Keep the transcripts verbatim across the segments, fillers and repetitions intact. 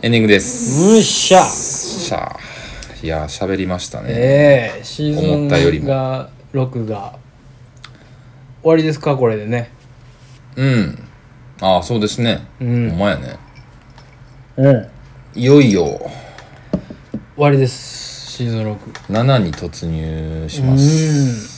エンディングです。 うっしゃしゃいや喋りましたね。 ええー、シーズン思ったよりもがろくが終わりですか、これでね。 うんああそうですね、 うん、 ほんまやね。 うんいよいよ終わりです。シーズンろくななに突入します。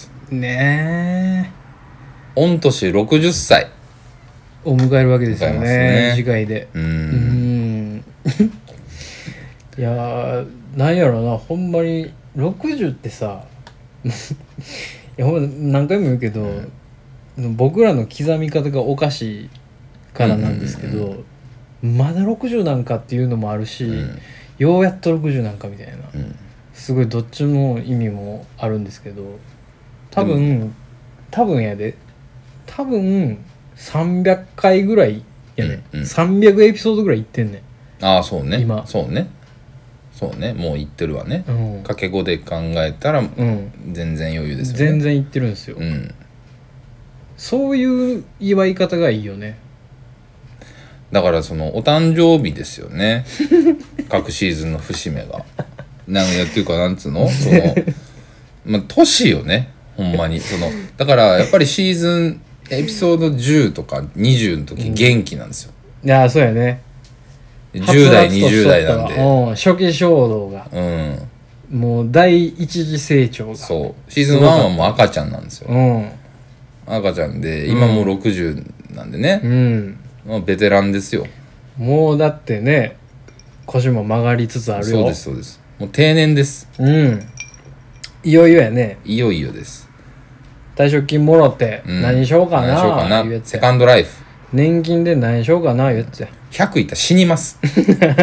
うんねえ御年ろくじゅっさいを迎えるわけですよ迎えますねね次回で。 ううんんいやーなんやろな、ほんまにろくじゅうってさいやほんま何回も言うけど、うん、僕らの刻み方がおかしいからなんですけど、うんうんうん、まだろくじゅうなんかっていうのもあるし、うん、ようやっとろくじゅうなんかみたいな、うん、すごいどっちも意味もあるんですけど、多分多分やで多分さんびゃっかいぐらいやね、うんうん、さんびゃくエピソードぐらいいってんねん。 ああそうね今そうねそうねもういってるわね、うん、掛けごで考えたら、うん、全然余裕ですよね。 全然いってるんですよ、うん、そういう祝い方がいいよね。 だからそのお誕生日ですよね各シーズンの節目がなんやっていうかなんつうのそのまあ年よねほんまにそのだからやっぱりシーズンエピソードじゅうとかにじゅうの時元気なんですよ、 うん、いやそうやね。 じゅう代にじゅう代なんで、 うん、初期衝動が、うん、もう第一次成長がそうシーズンワンはもう赤ちゃんなんですよ、うん、赤ちゃんで今もうろくじゅうなんでね、うん、もうベテランですよ。 もうだってね腰も曲がりつつあるよ。 そうですそうです、もう定年です。 うんいよいよやね。 いよいよです。 退職金もろって何しようかな、うん、 何しようかなセカンドライフ年金で何しようかな言ってひゃくいったら死にます、うん、いや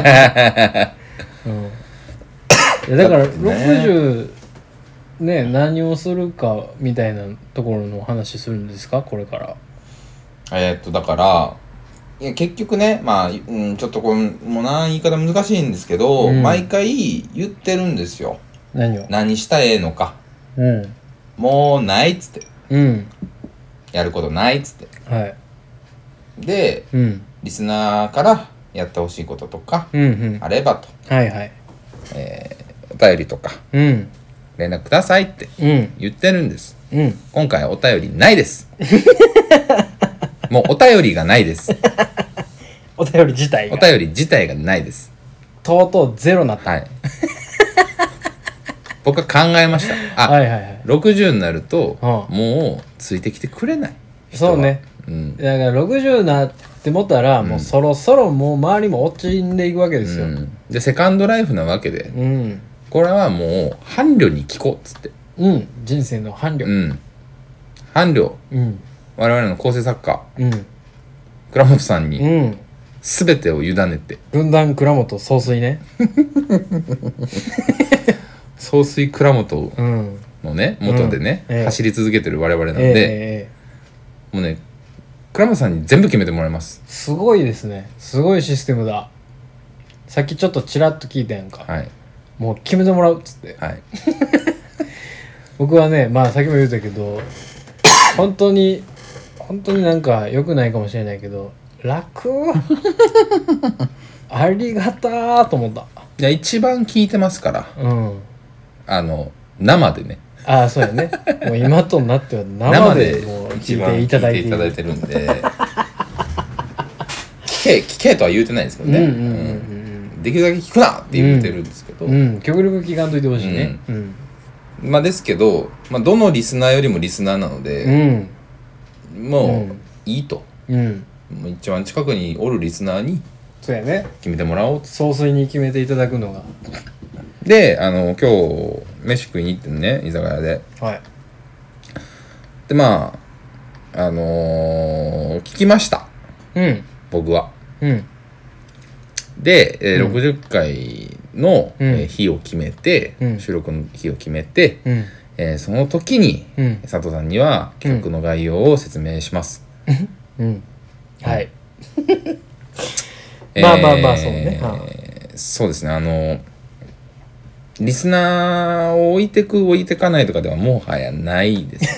だからろくじゅうね何をするかみたいなところの話するんですかこれから。 えー、っとだからいや結局ねまあ、うん、ちょっとこうもうな言い方難しいんですけど、うん、毎回言ってるんですよ。 何を何したらええのか、うん、もうないっつって、うん、やることないっつって、はい、で、うん、リスナーからやってほしいこととか、うんうん、あればと、はいはいえー、お便りとか、うん、連絡くださいって言ってるんです、うん、今回お便りないですもうお便りがないですお便り自体がお便り自体がないです。 とうとうゼロになった、はい僕は考えました。あ、はいはいはい、ろくじゅうになると、うん、もうついてきてくれない人は。 そうね、うん、だからろくじゅうになってもったら、うん、もうそろそろもう周りも落ちんでいくわけですよ、うん、 でセカンドライフなわけで、うん、これはもう伴侶に聞こうっつって、 うん、人生の伴侶、うん、 伴侶、うん、我々の構成作家、うん、倉本さんに、うん、全てを委ねて軍団倉本総帥ね総帥倉本のね、うん、元でね、うんえー、走り続けてる我々なんで、えー、もうね倉本さんに全部決めてもらいます。 すごいですね。すごいシステムだ。さっきちょっとちらっと聞いたやんか、はい、もう決めてもらうっつって、はい、僕はねまあさっきも言ったけど本当に本当になんか良くないかもしれないけど楽ありがたーと思った。 いや一番聞いてますから、うんあの生でね。 ああそうやねもう今となっては生でもう聞いていただいていいただいてるんで聞け聞けとは言うてないですけどね、うんうんうんうん、できるだけ聞くなって言ってるんですけど、うんうん、極力聞かんといてほしいね、うんうん、まあですけど、まあ、どのリスナーよりもリスナーなので、うん、もういいと、うん、もう一番近くにおるリスナーにそうやね決めてもらおうと、 総帥に決めていただくのがで、あの今日飯食いに行ってね居酒屋で、はい、でまああのー、聞きました、うん、僕は、うん、で、えーうん、ろくじゅっかいの、うんえー、日を決めて、うん、収録の日を決めて、うんえー、その時に、うん、佐藤さんには企画の概要を説明します、うんうん、 はい、まあまあまあそうね、 えー、そうですねあのリスナーを置いてく置いてかないとかではもはやないです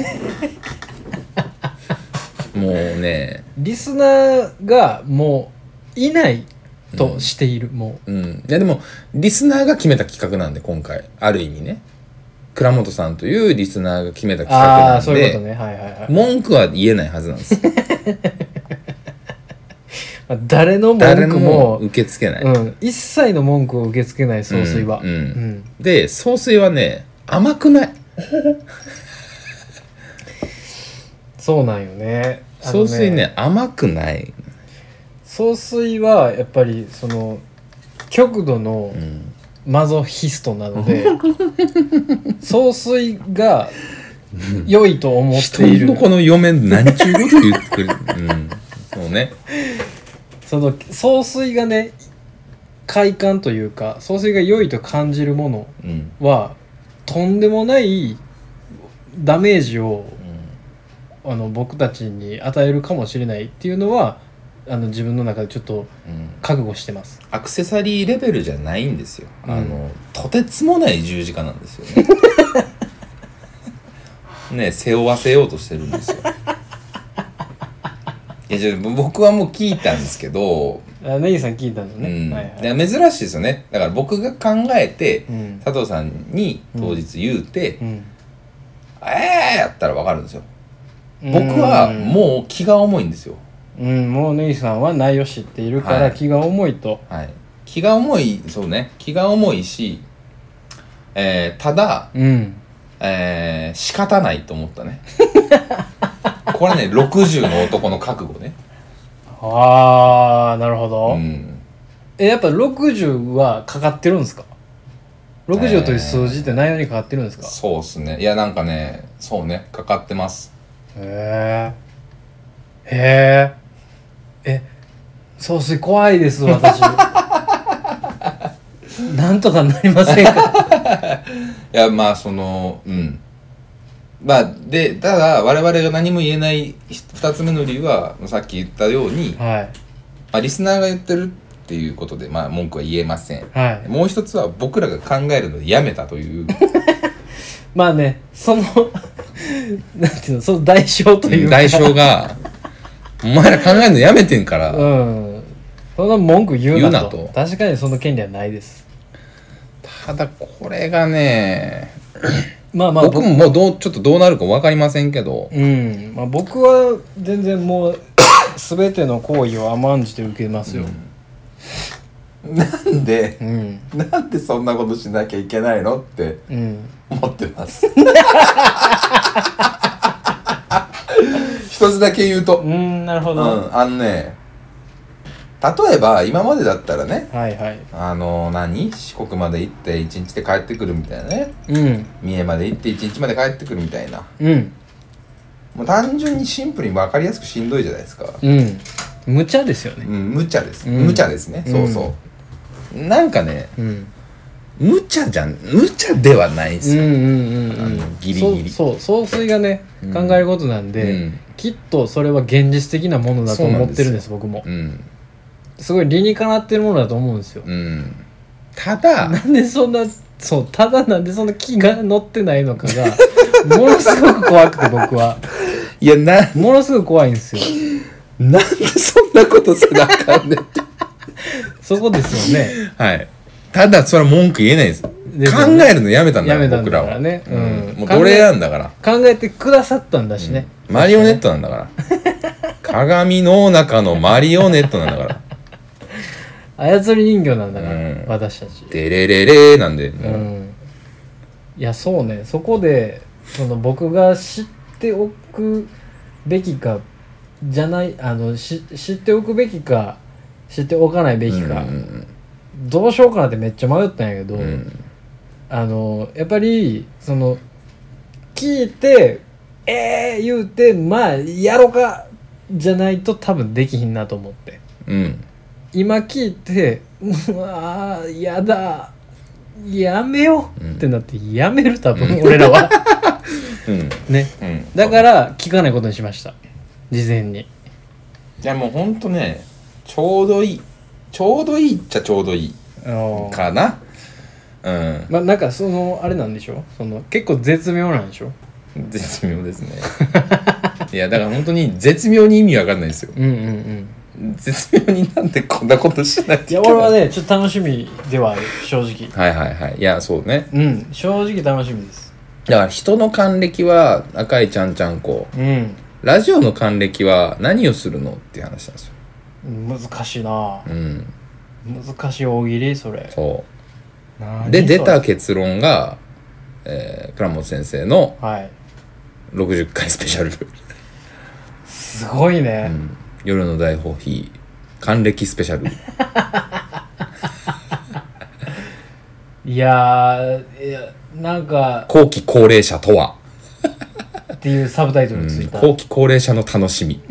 もうねリスナーがもういないとしている、うん、もう、うん、いやでもリスナーが決めた企画なんで今回ある意味ね倉本さんというリスナーが決めた企画なんで、あそういうことね、はいはいはい、文句は言えないはずなんです誰の文句も受け付けない、 うん、一切の文句を受け付けない総帥は、うんうんうん、 で総帥はね甘くないそうなんよね総帥 ね, ね甘くない総帥はやっぱりその極度のマゾヒストなので、うん、総帥が良いと思っている、 人のこの嫁何ちゅうこと言ってくる、うん、そうねその総帥がね快感というか総帥が良いと感じるものは、うん、とんでもないダメージを、うん、あの僕たちに与えるかもしれないっていうのはあの自分の中でちょっと覚悟してます、 うん、アクセサリーレベルじゃないんですよ、うん、あのとてつもない十字架なんですよねね背負わせようとしてるんですよいやじゃ僕はもう聞いたんですけどあネギさん聞いたんですね、うんはいはい、珍しいですよねだから僕が考えて、うん、佐藤さんに当日言うて、うんうん、えーやったら分かるんですよ僕はもう気が重いんですようん、もうネギさんは内容知っているから気が重いと、 はいはい、気が重いそうね気が重いし、えー、ただ、うんえー、仕方ないと思ったねこれねろくじゅうの男の覚悟ねあーなるほど、うん、えやっぱろくじゅうはかかってるんですかろくじゅうという数字って内容にかかってるんですか、 えー、そうっすねいやなんかねそうねかかってますへえへええ総帥怖いです私なんとかなりませんかいやまあそのうんまあでただ我々が何も言えないふたつめの理由はさっき言ったように、はいまあ、リスナーが言ってるっていうことで、まあ、文句は言えません、はい、もう一つは僕らが考えるのでやめたというまあねそのなんていうのその代償というか代償がお前ら考えるのやめてんからうんそんな文句言うな と, 言うなと確かにその権利はないですただこれがねまあまあ僕ももうどうちょっとどうなるか分かりませんけど、 うんまあ、僕は全然もう全ての行為を甘んじて受けますよ、 うん、なんで、うん、なんでそんなことしなきゃいけないのって思ってます、うん、一つだけ言うとうんなるほど、 うん、あのね例えば今までだったらね、 はいはい、 あの何四国まで行っていちにちで帰ってくるみたいなね、うん、三重まで行っていちにちまで帰ってくるみたいな、うん、もう単純にシンプルに分かりやすくしんどいじゃないですか、 うん、無茶ですよね、 うん、無茶です、うん、無茶ですね、そうそう、うん、なんかね、うん、無茶じゃん無茶ではないですよ、うんうんうんうん、あのギリギリそうそう総帥がね、うん、考えることなんで、うん、きっとそれは現実的なものだと思ってるんです僕も、うんすごい理にかなってるものだと思うんですよ、うん、 ただなんでそんなそうただなんでそんな気が乗ってないのかがものすごく怖くて僕はいやなものすごく怖いんですよなんでそんなことせなあかんねんってそこですよねはいただそれは文句言えないです、ね、考えるのやめたんだよ僕らはね、うん、もう奴隷なんだから考えてくださったんだしね、 うん、マリオネットなんだから鏡の中のマリオネットなんだから操り人形なんだから、うん、私たちデレレレーなんで、うん、 いやそうねそこでその僕が知っておくべきかじゃないあのし知っておくべきか知っておかないべきか、うん、どうしようかなってめっちゃ迷ったんやけど、うん、あのやっぱりその聞いてえー言うてまあやろうかじゃないと多分できひんなと思って、うん今聞いてうわーやだやめようってなってやめる多分、うん、俺らは、うんねうん、だから聞かないことにしました事前にいやもうほんとねちょうどいいちょうどいいっちゃちょうどいいかなうんまあなんかそのあれなんでしょその結構絶妙なんでしょ絶妙ですねいやだから本当に絶妙に意味わかんないですようんうんうん絶妙になんでこんなことしないといけない。 いや俺はねちょっと楽しみではある正直。 はいはいはい。いやそうね。 うん正直楽しみです。 だから人の還暦は赤いちゃんちゃんこ、うん、ラジオの還暦は何をするのっていう話なんですよ。 難しいな、うん、難しい大喜利それ。 そうで出た結論が、えー、倉本先生のろくじゅっかいスペシャル、はい、 すごいね、うん、 夜の大放棄還暦スペシャルいやーいやなんか後期高齢者とはっていうサブタイトルついた、 うん、後期高齢者の楽しみ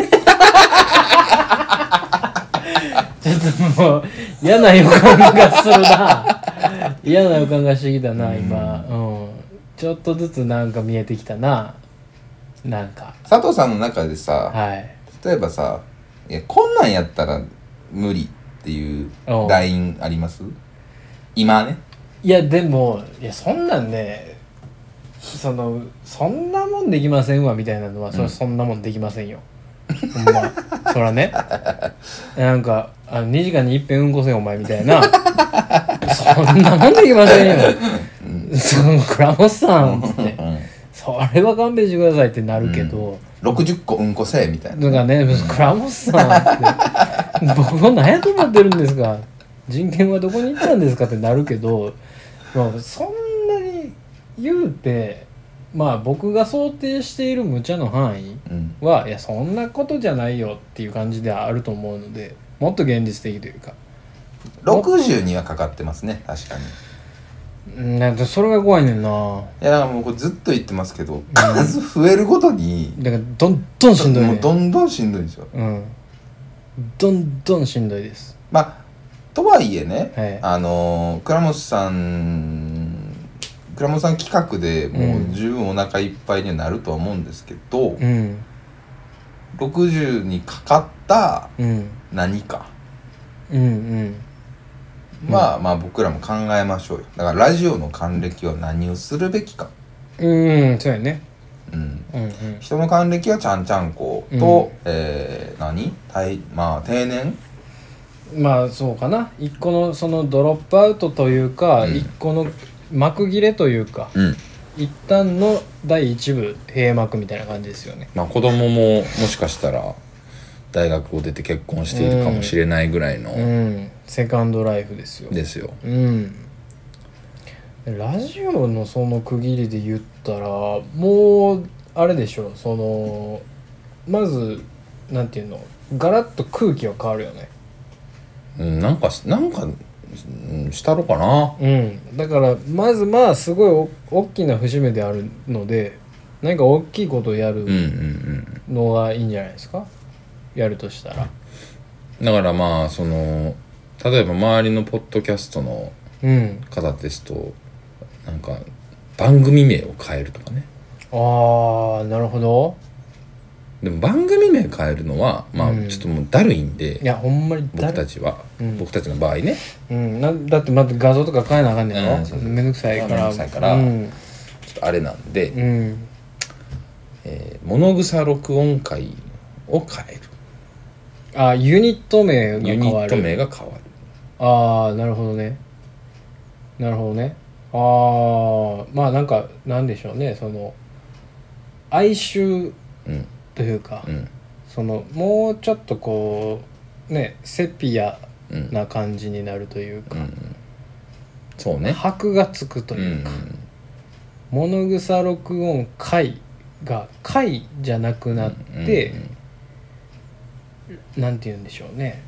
ちょっともう嫌な予感がするな嫌な予感がしてきたな今、うん、ちょっとずつなんか見えてきたな。なんか佐藤さんの中でさ、はい、例えばさいやこんなんやったら無理っていうラインあります？今ね。 いやでもいやそんなんねそのそんなもんできませんわみたいなのは、うん、それそんなもんできませんよほんまそらねなんかあのにじかんにいっぺんうんこせんお前みたいなそんなもんできませんよ、うん、その倉本さんって、うん、それは勘弁してくださいってなるけど、うん、 ろくじゅっこうんこせえみたいなだからね、うん、倉本さんって僕は何やと思ってるんですか人権はどこに行ったんですかってなるけど、まあ、そんなに言うてまあ僕が想定している無茶の範囲は、うん、いやそんなことじゃないよっていう感じではあると思うのでもっと現実的というかろくじゅうにはかかってますね確かに。なんかそれが怖いねんな。 いやもうこれずっと言ってますけど、うん、数増えるごとにだからどんどんしんどいね。 もうどんどんしんどいんですよ、 うん、どんどんしんどいです。 まあとはいえね、はい、あの倉本さん倉本さん企画でもう十分お腹いっぱいにはなるとは思うんですけど、うん、ろくじゅうにかかった何か、うんうんうん、まあまあ僕らも考えましょうよ。だからラジオの還暦は何をするべきか。 うんそうやね、 うんうんうん、人の還暦はちゃんちゃんこと、うんえー、何まあ定年まあそうかな一個のそのドロップアウトというか、うん、一個の幕切れというか、うん、一旦の第一部閉幕みたいな感じですよね。 まあ子供ももしかしたら大学を出て結婚しているかもしれないぐらいの、うんうん、セカンドライフですよですよ、 うん、ラジオのその区切りで言ったらもうあれでしょそのまずなんていうのガラッと空気は変わるよね。 うん、なんかなんかしたろかな、 うん、だからまずまあすごい大きな節目であるので何か大きいことをやるのがいいんじゃないですか、うんうんうん、やるとしたら。 だからまあその例えば周りのポッドキャストの方ですと、うん、なんか番組名を変えるとかね。 ああなるほど。 でも番組名変えるのはまあちょっともうだるいんで、 うん、いやほんまに僕たちは、うん、僕たちの場合ね、 うん、なだってまた画像とか変えなあかんねんろ、うん、めんどくさいからめんどくさいから、うん、ちょっとあれなんで、うんえー、物草録音会を変える。 あユニット名が変わる。 ユニット名が変わる。 ああなるほどねなるほどね。ああまあなんかなんでしょうねその哀愁というか、うん、そのもうちょっとこうねセピアな感じになるというか、うんうん、 そうね箔がつくというか、うんうん、物草録音会が会じゃなくなって、うんうんうん、なんて言うんでしょうね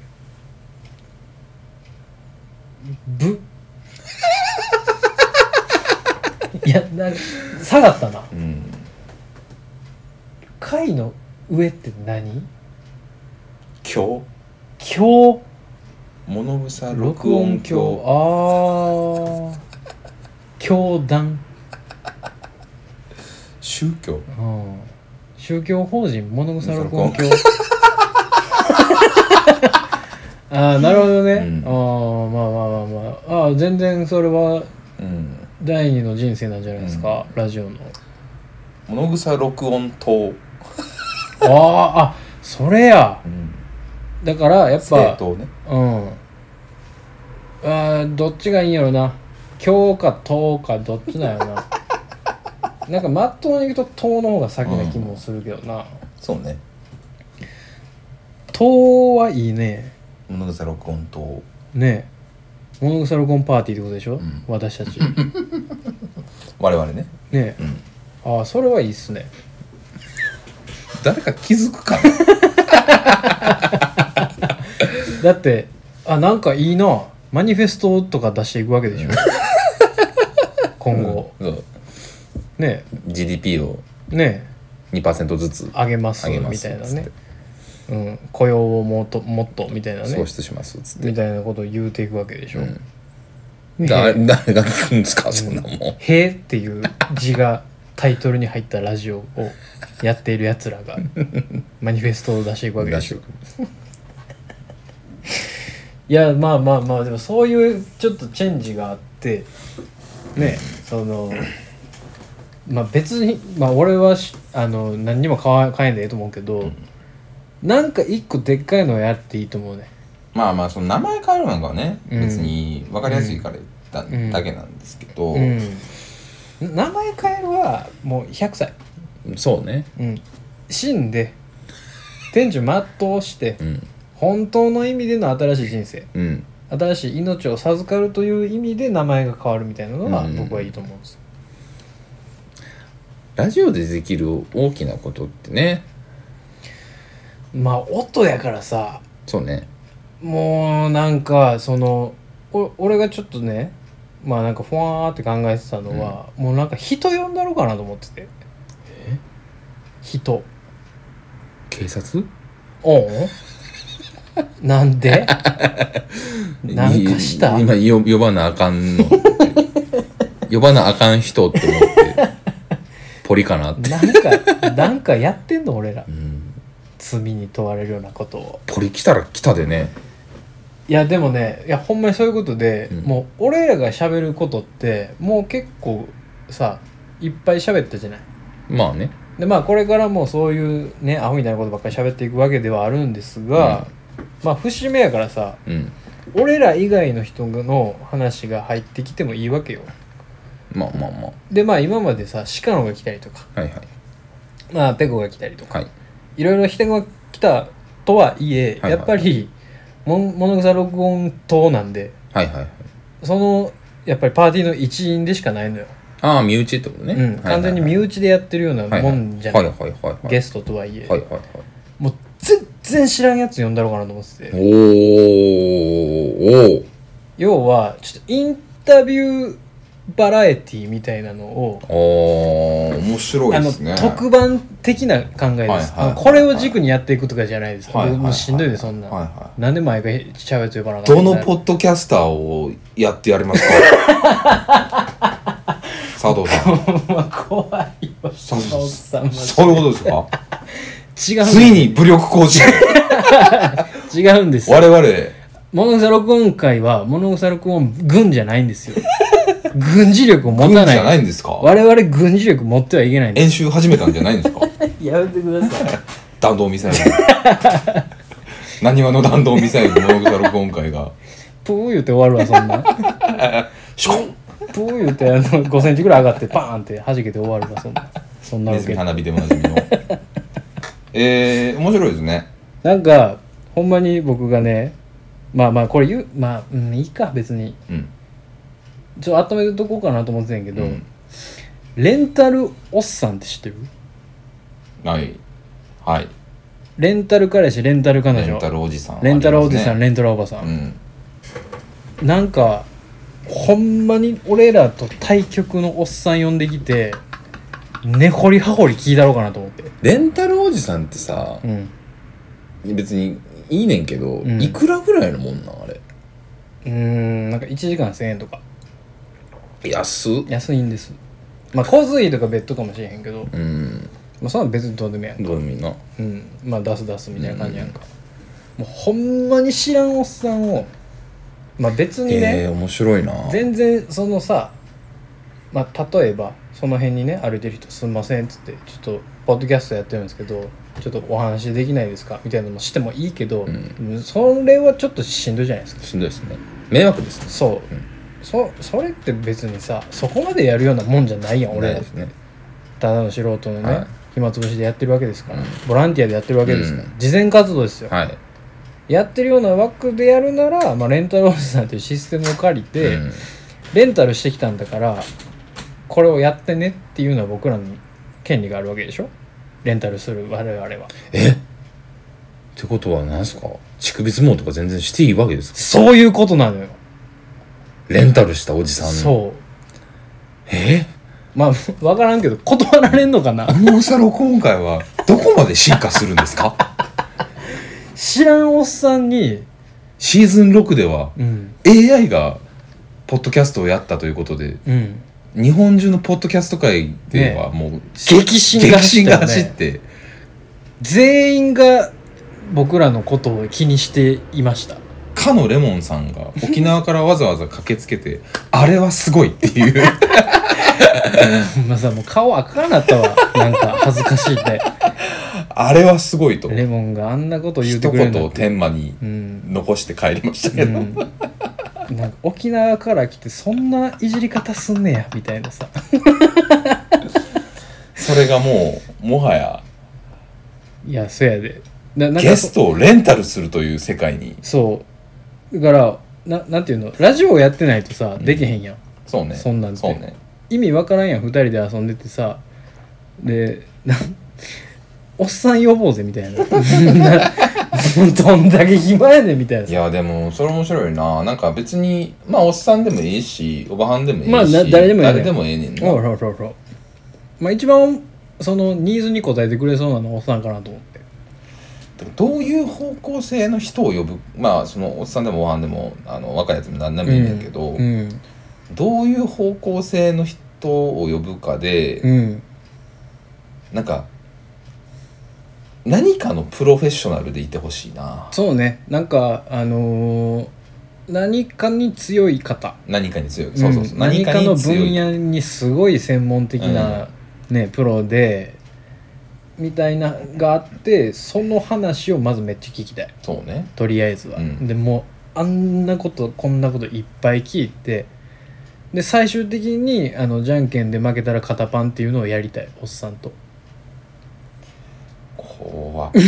ぶいやなんか下がったな、うん、会の上って何？ 今日今日物草録音教ああ教団宗教、 うん、宗教法人物草録音教ああなるほどね、うん、ああまあまあまあまあああ全然それは、うん、第二の人生なんじゃないですか、うん、ラジオの物草録音塔あああそれや、 うん、 だからやっぱ政党ね。 うんあどっちがいいんやろな今日か党かどっちなんやろななんかまっとうにいくと党の方が先な気もするけどな、うん、 そうね党はいいね物草録音党ねえ物草録音パーティーってことでしょ、うん、私たち我々ねねえ、うん、ああそれはいいっすね誰か気づくかなだってあなんかいいなマニフェストとか出していくわけでしょ、うん、今後、うん、ねえジーディーピー をねにパーセント ずつ上げますみたいなね、うん、雇用をもっともっとみたいなね創出しますつってみたいなことを言うていくわけでしょ、 うん、だ誰が聞くんですか、うん、そんなもんへーっていう字がタイトルに入ったラジオをやっているやつらがマニフェストを出していくわけでしょいやまあまあまあでもそういうちょっとチェンジがあってねそのまあ別にまあ俺はあの何にも変わ変えんでいいと思うけど、うん、なんか一個でっかいのをやっていいと思うね。 まあまあその名前変えるのがね、うん、別に分かりやすいからだ、うん、だけなんですけど、うんうん、名前変えるはもうひゃくさいそうね、 うん、死んで天寿全うして、うん、本当の意味での新しい人生、うん、新しい命を授かるという意味で名前が変わるみたいなのは僕はいいと思うんですよ、 うん、ラジオでできる大きなことってねまあ音やからさそうねもうなんかそのお俺がちょっとねまあなんかふわーって考えてたのは、うん、もうなんか人呼んだろうかなと思っててえ人警察おうなんでなんかした今呼ばなあかんの呼ばなあかん人って思ってポリかなってなんかなんかやってんの俺ら、うん、罪に問われるようなことをポリ来たら来たでねいやでもねいやほんまにそういうことで、うん、もう俺らが喋ることってもう結構さいっぱい喋ったじゃないまあねでまあこれからもそういうねアホみたいなことばっかり喋っていくわけではあるんですが、うん、まあ節目やからさ、うん、俺ら以外の人の話が入ってきてもいいわけよまあまあまあでまあ今までさ鹿野が来たりとかはいはいまあペコが来たりとか、 はい、 いろいろ人が来たとはいえ、はいはい、やっぱりも物草録音党なんで、 はいはいはい、 そのやっぱりパーティーの一員でしかないのよああ身内ってことね、 うん、完全に身内でやってるようなもんじゃない、はいはいはいはい、ゲストとはいえ、 はいはいはい、 もう全然知らんやつ呼んだろうかなと思ってておーお要はちょっとインタビューバラエティみたいなのをあ面白いですねあの特番的な考えです、はいはいはいはい、これを軸にやっていくとかじゃないです、はいはいはい、もうしんどいでそんな、はいはい、なんで毎回ちゃうやつ呼ばなかったどのポッドキャスターをやってやりますか佐藤さん怖いよ佐藤さんそういうことですか違うついに武力行使違うんですよ我々 物草録音会は物草録音軍じゃないんですよ軍事力を持たない軍じゃないんですか我々軍事力持ってはいけないんです演習始めたんじゃないんですかやめてください弾道ミサイル何話の弾道ミサイル物草録音会がプー言って終わるわそんなシュンプー言ってあのごセンチぐらい上がってパーンって弾けて終わるわそんなそんなわけ花火でもなじみのえー、面白いですねなんかほんまに僕がねまあまあこれ言うまあ、うん、いいか別に、うん、ちょっと温めとこうかなと思ってたんやけど、うん、レンタルおっさんって知ってる？ はいはいレンタル彼氏レンタル彼女レンタルおじさんレンタルおじさん、ね、レンタルおばさん、うん、なんかほんまに俺らと対極のおっさん呼んできて根掘り葉掘り聞いたろうかなと思ってレンタルおじさんってさ、うん、別にいいねんけど、うん、いくらぐらいのもんなんあれうーんなんかいちじかんせんえんとか安安いんですまあ交通費とか別途かもしれへんけどうんまあそんな別にどうでもやんかどうでもいいなうんまあ出す出すみたいな感じやんか、うん、もうほんまに知らんおっさんをまあ別にねえー、面白いな全然そのさまあ例えばその辺にね歩いてる人すんませんっつってちょっとポッドキャストやってるんですけどちょっとお話できないですかみたいなのもしてもいいけど、うん、それはちょっとしんどいじゃないですか。 しんどいですね。迷惑ですね。 そう、うん、そ, それって別にさそこまでやるようなもんじゃないやん俺ら、ね、ただの素人のね、はい、暇つぶしでやってるわけですから、うん、ボランティアでやってるわけですから、うん、慈善活動ですよ、はい、やってるような枠でやるなら、まあ、レンタルおじさんというシステムを借りて、うん、レンタルしてきたんだからこれをやってねっていうのは僕らに権利があるわけでしょ。レンタルする我々は。 えってことは何ですか、乳首相撲とか全然していいわけですか。 そういうことなのよ。 レンタルしたおじさんの。 そう。 えまあ分からんけど断られんのかな。 あのおさ録音会はどこまで進化するんですか。 知らんおっさんにシーズンろくでは、うん、エーアイ がポッドキャストをやったということで、うん、日本中のポッドキャスト界ではもう、ね、 激震が走って、ね、 走って全員が僕らのことを気にしていました。 かのレモンさんが沖縄からわざわざ駆けつけてあれはすごいっていうまあさもう顔赤くなったわ。なんか恥ずかしいってあれはすごいとレモンがあんなこと言うてくれる一言を天馬に残して帰りましたけど、うんうん、なんか沖縄から来てそんないじり方すんねやみたいなさそれがもうもはやいやそやでななんかゲストをレンタルするという世界に。 そうだからななんていうのラジオをやってないとさ、うん、できへんやん。 そうね。 そんなんてそうね。 意味わからんやん。ふたりで遊んでてさでなおっさん呼ぼうぜみたいなどんだけ暇やねんみたいな。 いやでもそれ面白いな。なんか別にまあおっさんでもいいしおばはんでもいいし、 まあ、誰でもいいねん。 誰でもいいねんな。 そうそうそうそう。まあ一番そのニーズに応えてくれそうなのはおっさんかなと思って。 どういう方向性の人を呼ぶ、まあそのおっさんでもおばはんでもあの若いやつも何でもいいねんけど、うんうん、どういう方向性の人を呼ぶかで、うん、なんか何かのプロフェッショナルでいてほしいな。 そうね。なんかあのー、何かに強い方、 何かに強い、 うん、そうそうそう、何かの分野にすごい専門的な、うん、ねプロでみたいながあってその話をまずめっちゃ聞きたい。 そうね。 とりあえずは、うん、でもあんなことこんなこといっぱい聞いてで最終的にあのじゃんけんで負けたら肩パンっていうのをやりたいおっさんと。 怖っ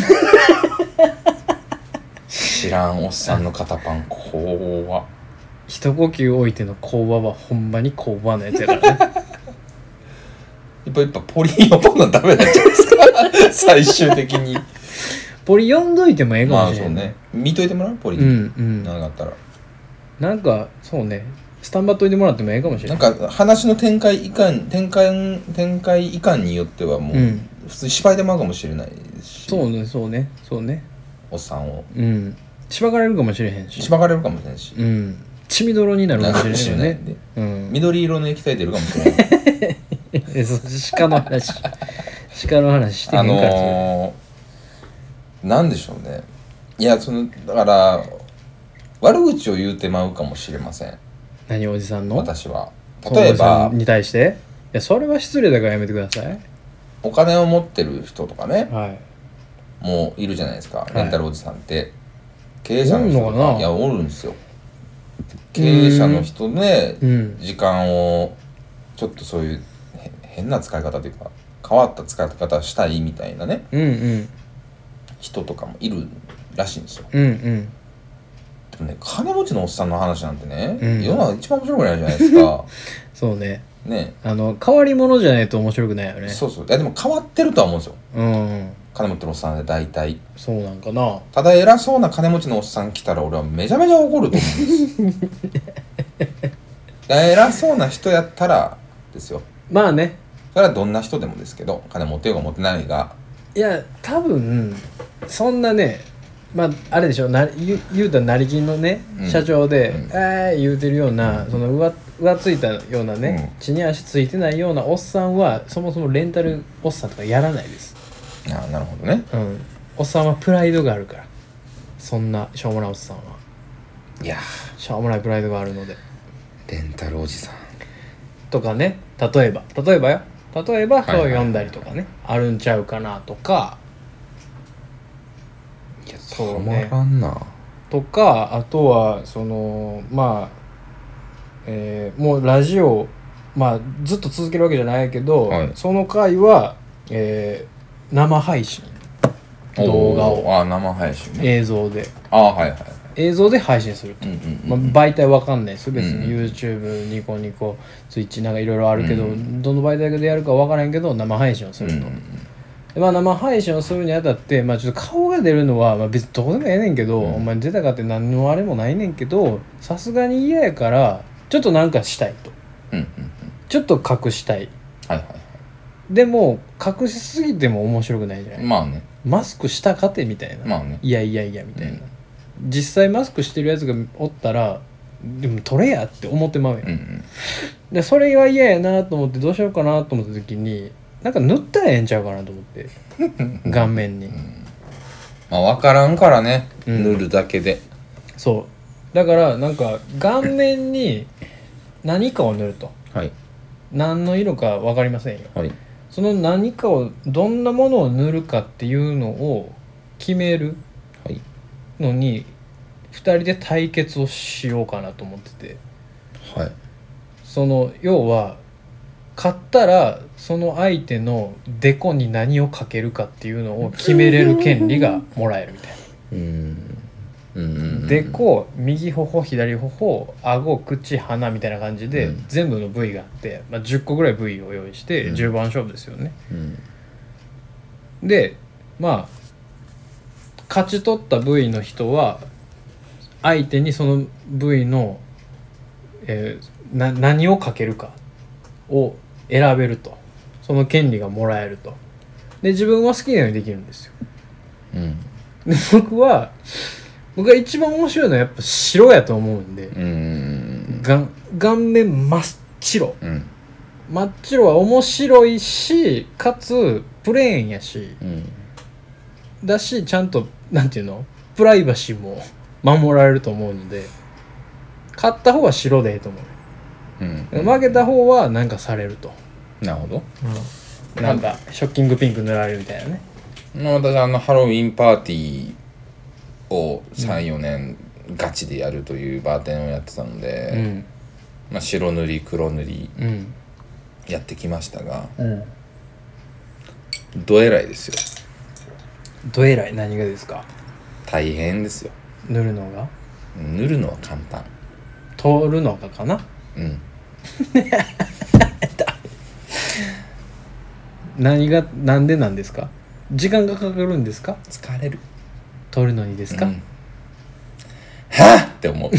知らんおっさんの肩パン怖っ。 一呼吸置いての怖はほんまに怖なやつやからねやっぱやっぱポリ呼ばなダメなんじゃないですか最終的にポリ呼んどいてもええかもしれない、 まあそうね、見といてもらうポリ、 うんうん、 なんかあったらなんかそうねスタンバっといてもらってもええかもしれない。 なんか話の展開いかん展開展開いかんによってはもう、うん、普通に芝居でもあるかもしれないですし。 そうねそうねそうねおっさんをうんしばかれるかもしれへんししばかれるかもしれんし、 うん、血みどろになるかもしれないよね。 うん、緑色の液体出るかもしれないえそう鹿の話鹿の話してへんから。あのー、なんでしょうね。いやそのだから悪口を言うてまうかもしれません。 何おじさんの？ 私は例えばに対していやそれは失礼だからやめてください。 お金を持ってる人とかね、 はい、 もういるじゃないですか、レンタルおじさんって、はい、経営者の人とかいやおるんですよ。経営者の人で、うん、時間をちょっとそういう変な使い方というか変わった使い方したいみたいなね、 うんうん、 人とかもいるらしいんですよ、 うんうん、 でもね金持ちのおっさんの話なんてね、うん、世の中一番面白くないじゃないですかそうねね、 あの変わり者じゃないと面白くないよね。 そうそう。いやでも変わってるとは思うんですよ、 うん、 金持ってるおっさんで大体そうなんかな。 ただ偉そうな金持ちのおっさん来たら俺はめちゃめちゃ怒ると思うんです偉そうな人やったらですよ。 まあねそれはどんな人でもですけど金持ってようが持ってないがいや多分そんなねまああれでしょな 言, 言うたら成金のね、うん、社長で、うん、えー言うてるような、うん、その上上ついたようなね、うん、地に足ついてないようなおっさんはそもそもレンタルおっさんとかやらないです。 ああなるほどね、 うん、おっさんはプライドがあるからそんなしょうもないおっさんはいやしょうもないプライドがあるのでレンタルおじさんとかね例えば例えばよ例えばそう読んだりとかね、あるんちゃうかなとか。 いやそうね、たまらんな。 とか、あとはそのまあ、えー、もうラジオまあずっと続けるわけじゃないけど、はい、その回は、えー、生配信動画をあ生配信、ね、 映像であはいはい映像で配信すると、うんうんうんまあ、媒体わかんないですよ別に、うん、YouTube ニコニコツイッチなんかいろいろあるけど、うん、どの媒体でやるかわからんけど生配信をすると、うんうんでまあ、生配信をするにあたって、まあ、ちょっと顔が出るのは、まあ、別にどこでもええねんけど、うん、お前出たかって何のあれもないねんけどさすがに嫌やからちょっとなんかしたいと、うんうんうん、ちょっと隠したい、はいはいはい、でも隠しすぎても面白くないじゃない、 まあね、 マスクしたかてみたいな、 まあね、 いやいやいやみたいな、うん、実際マスクしてるやつがおったらでも取れやって思ってまうやん、うんうん、でそれが嫌やなと思ってどうしようかなと思った時になんか塗ったらええんちゃうかなと思って顔面に、うん、 まあ分からんからね、うん、塗るだけでそうだからなんか顔面に何かを塗ると、はい、何の色か分かりませんよ、はい、その何かをどんなものを塗るかっていうのを決めるのにふたりで対決をしようかなと思ってて、はい、その要は勝ったらその相手のデコに何をかけるかっていうのを決めれる権利がもらえるみたいな。うんうんデコ右頬左頬顎口鼻みたいな感じで、うん、全部の部位があって、まあ、じゅっこぐらい部位を用意してじゅうばん勝負ですよね、うんうん、でまあ勝ち取った部位の人は相手にその部位の、えー、な何をかけるかを選べるとその権利がもらえるとで自分は好きなようにできるんですよ、うん、で僕は僕が一番面白いのはやっぱ白やと思うんで、うん、が顔面真っ白、うん、真っ白は面白いしかつプレーンやし、うん、だしちゃんとなんていうのプライバシーも守られると思うので勝った方は白でええと思う、うん、負けた方はなんかされるとなるほど、 うん、なんかショッキングピンク塗られるみたいなね、 まあ、私あのハロウィンパーティーを さん,よ 年ガチでやるというバーテンをやってたので、うんまあ、白塗り黒塗りやってきましたが、うん、どえらいですよ。 どえらい何がですか？ 大変ですよ。 塗るのが？ 塗るのは簡単。 通るのがかな？うん何がなんでなんですか？時間がかかるんですか？ 疲れる。 通るのにですか？うん、 はぁって思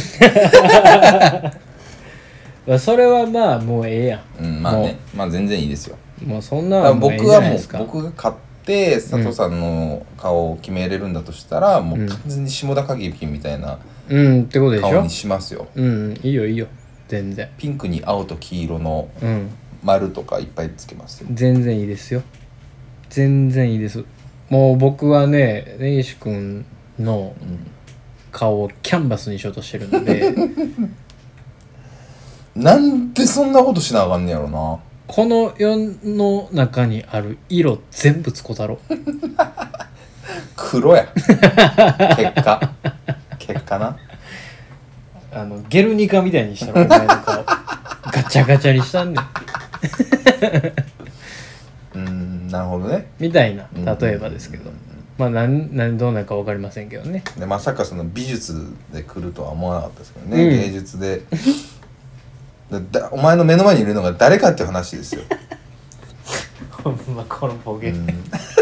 うそれはまあもうええやん、うん、まあねまあ全然いいですよ。 もうそんなはもうええじゃないですか。僕はもう僕が買って佐藤さんの顔を決めれるんだとしたら、うん、もう完全に下田景樹みたいな顔にしますよ。 うん、うん、いいよいいよ全然。 ピンクに青と黄色の丸とかいっぱいつけますよ。 全然いいですよ。全然いいです。もう僕はね根岸くんの顔をキャンバスにしようとしてるので、うん、 なんでそんなことしなあかんねやろな。 この世の中にある色全部つこたろ黒や結果結果なあのゲルニカみたいにしたらお前の顔ガチャガチャにしたんねんうーんなるほどねみたいな例えばですけど、まあ何何どうなるか分かりませんけどね。 でまさかその美術で来るとは思わなかったですけどね、うん、芸術でだだお前の目の前にいるのが誰かっていう話ですよほんまこのボケ、うん、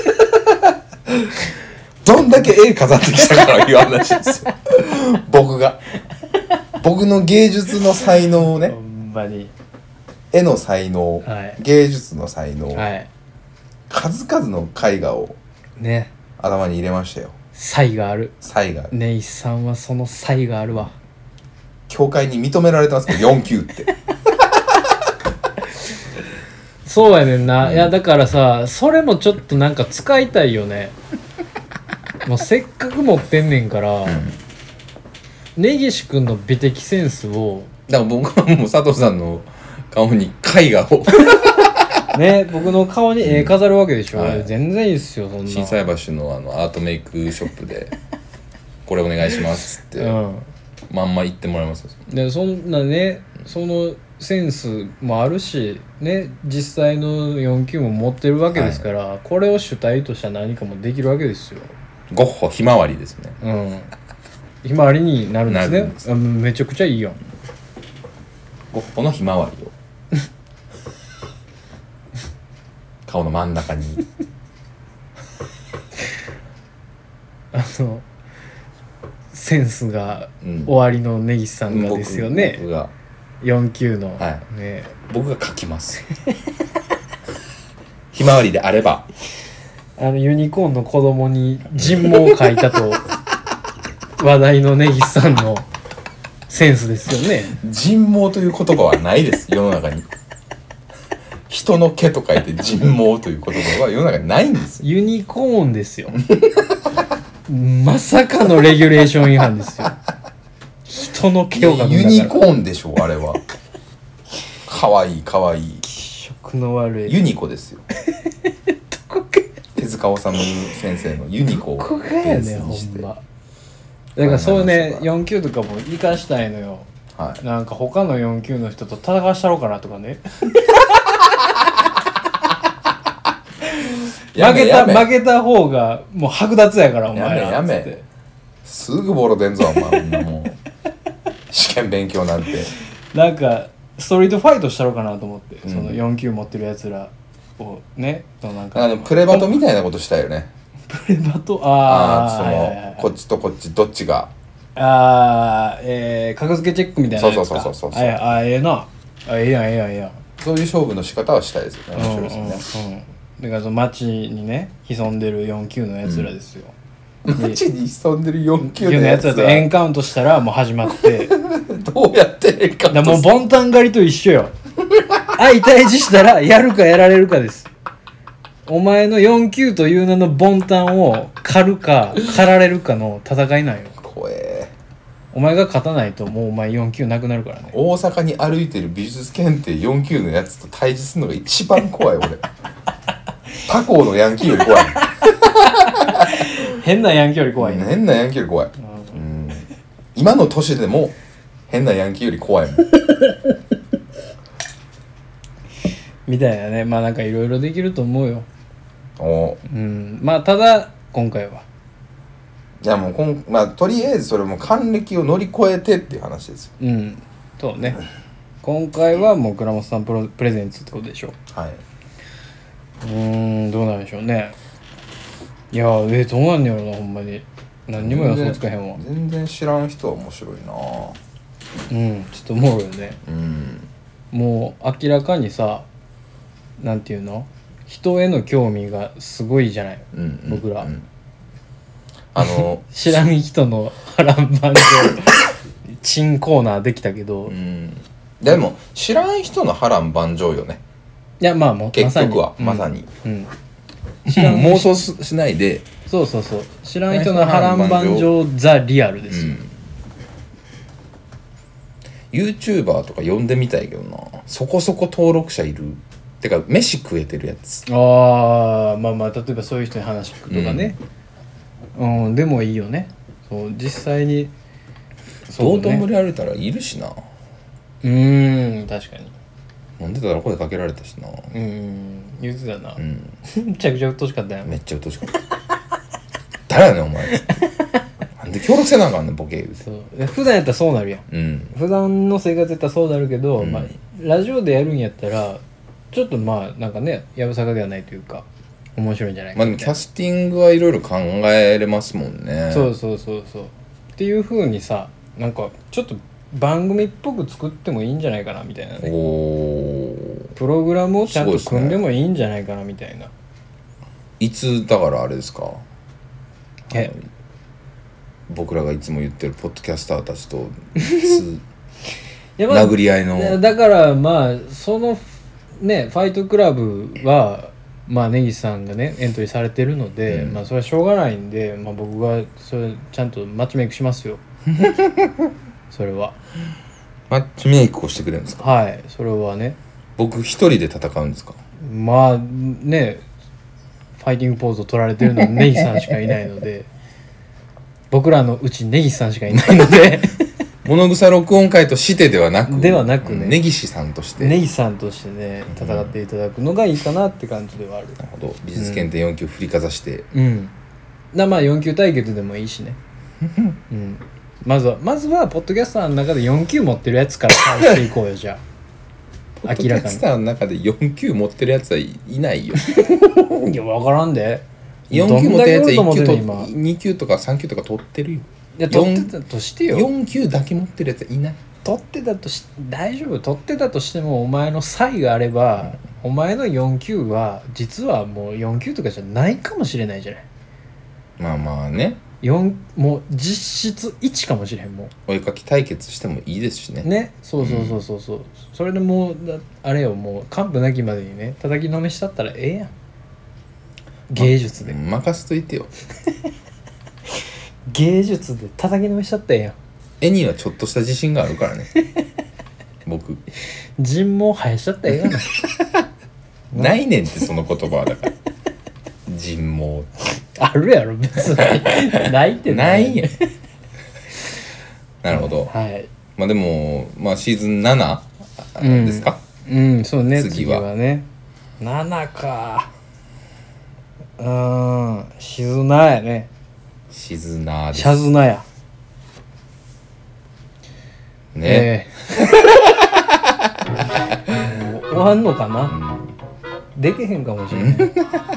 どんだけ絵飾ってきたからいう話ですよ僕が僕の芸術の才能をね、ほんまに絵の才能、はい、芸術の才能、はい、数々の絵画をね頭に入れましたよ。 才がある。 才がある。 ネイさんはその才があるわ。 教会に認められてますけどよん級ってそうやねんな、うん、いやだからさそれもちょっとなんか使いたいよねもうせっかく持ってんねんから、うん、根岸くんの美的センスをだから僕はもう佐藤さんの顔に絵画をね、僕の顔に絵飾るわけでしょ、うんはい、全然いいっすよそんな。 心斎橋のあのアートメイクショップでこれお願いしますって、うん、まんま言ってもらいますよ。 でそんなね、そのセンスもあるしね、実際のよん級も持ってるわけですから、はい、これを主体とした何かもできるわけですよ。 ゴッホひまわりですね。 うんひまわりになるんですね。です。めちゃくちゃいいよ。 ゴッホのひまわりを顔の真ん中にあのセンスが終わりの根岸さんがですよね、うん、僕, 僕がよん級の、 はいね、僕が描きますひまわりであればあのユニコーンの子供に人毛を描いたと話題の根岸さんのセンスですよね。 人毛という言葉はないです世の中に。人の毛と書いて人毛という言葉は世の中にないんです。 ユニコーンですよまさかのレギュレーション違反ですよ。人の毛を描くんだから。 ユニコーンでしょあれは。かわいいかわいい。 気色の悪いユニコですよどこか手塚治虫先生のユニコをベースにして。 どこかやねほんま。だからそうねよん級とかも生かしたいのよ、はい、なんか他のよん級の人と戦わしたろうかなとかね負けた負けた方がもう剥奪やからお前らやめやめすぐボロ出んぞお前みんなもう試験勉強なんて。 なんかストリートファイトしたろうかなと思って、うん、そのよん級持ってるやつらをねとなんかあのプレバトみたいなことしたよね。 プレバトあああその、はいはいはい、こっちとこっちどっちがああえー、格付けチェックみたいなやつか。 そうそうそうそうそうああええなあええやんええやんええやん。 そういう勝負の仕方はしたいですよね。面白いですよね、うんうんうん、 だからその街にね潜んでるよん級のやつらですよ、 うん、街に潜んでるよん級のやつらとエンカウントしたらもう始まってどうやってエンカウントする。 もうボンタン狩りと一緒よ相対峙したらやるかやられるかです。お前のよん級という名のボンタンを狩るか狩られるかの戦いなんよ。 怖え。 お前が勝たないともうお前よん級なくなるからね。 大阪に歩いてる美術検定よん級のやつと対峙するのが一番怖い俺他校のヤンキーより怖い変なヤンキーより怖い、ね、 変なヤンキーより怖い、うん、今の年でも変なヤンキーより怖いもんみたいなね。まあなんかいろいろできると思うよ。 おうん、まあただ今回はいやもうこん、まあ、とりあえずそれも還暦を乗り越えてっていう話ですよ。 うんそうね今回はもう倉本さんプロプレゼンツってことでしょ。 はい。 うーんどうなんでしょうね。いやえー、どうなんねやろなほんまに何にも予想つかへんわ。 全然知らん人は面白いな。 うんちょっと思うよね。 うんもう明らかにさなんていうの人への興味がすごいじゃない、うんうん、僕ら、うん、あの知らん人の波乱万丈チンコーナーできたけど、うん、 でも知らん人の波乱万丈よね。 いやまあもう結局はまさに、うんうん、 知らん妄想しないでそうそうそう知らん人の波乱万丈ザリアルですよ、 うん、YouTuber とか呼んでみたいけどな。そこそこ登録者いるてか飯食えてるやつ。 ああまあまあ例えばそういう人に話聞くとかね、うん、うん、でもいいよね。そう実際に道頓堀歩いたらいるしな。 うーん確かに飲んでたら声かけられたしな。 うん言ってたな、 うん、 めちゃくちゃうっとしかったよ。 めっちゃうっとしかった誰やねんお前なんで協力せなあかんねんボケ。 そう普段やったらそうなるやん、うん、普段の生活やったらそうなるけど、うんまあ、ラジオでやるんやったらちょっとまあなんかねやぶさかではないというか面白いんじゃないかまあでもキャスティングはいろいろ考えれますもんね。 そうそうそうそうっていう風にさなんかちょっと番組っぽく作ってもいいんじゃないかなみたいなね。おプログラムをちゃんと組んでもいいんじゃないかなみたいな。 いつだからあれですかえ僕らがいつも言ってるポッドキャスターたちと殴り合いのだからまあそのねファイトクラブはまあ根岸さんがねエントリーされてるので、うん、まあそれはしょうがないんで、まあ、僕がそれちゃんとマッチメイクしますよそれはマッチメイクをしてくれるんですか。 はいそれはね僕一人で戦うんですか。 まあねファイティングポーズを取られてるのはネギさんしかいないので僕らのうちネギさんしかいないので物草録音会としてではなくではなくねネギ師さんとしてネギさんとしてね戦っていただくのがいいかなって感じではある。 なるほど。美術検定よん級振りかざしてうん、うん、なまあよん級対決でもいいしね、うん、まずはまずはポッドキャスターの中でよん級持ってるやつから倒していこうよじゃあポッドキャスターの中でよん級持ってるやつはいないよいや分からんでよん級持ってるやつはいっ級とに級とかさん級とか取ってるよ。 いや取ってたとしてよよん級だけ持ってるやつはいない。 取ってたとし大丈夫取ってたとしてもお前の差異があれば、うん、お前のよん級は実はもうよん級とかじゃないかもしれないじゃない。 まあまあねよんもう実質いちかもしれへん。もうお絵かき対決してもいいですしね。 ねそうそうそうそうそう、うん、それでもうあれよもう完膚なきまでにね叩きのめしたったらええやん芸術で、 ま、任せといてよ芸術で叩きのめしちゃったらええやん。 絵にはちょっとした自信があるからね僕人毛生やしちゃったらええやなないねんってその言葉はだから人毛あるやろ別にないってないやんなるほど、 はい、 まあでもまあシーズンななですか、 うん、うん、そうね次は、 次はねななかうんしずなやねしずなですしゃずなやね、 えー、もう終わんのかな、うん、できへんかもしれないもう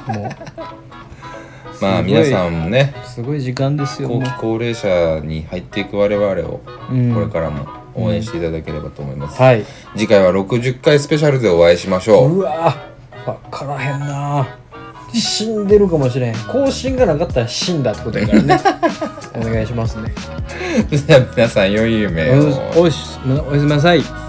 まあ皆さんもねすごい時間ですよ。 後期高齢者に入っていく我々をこれからも応援していただければと思います、 うんはい、 次回はろくじゅっかいスペシャルでお会いしましょう。 うわ分からへんな死んでるかもしれん。更新がなかったら死んだってことやからねお願いしますね。 じゃあ皆さん良い夢を。 おしおやすみなさい。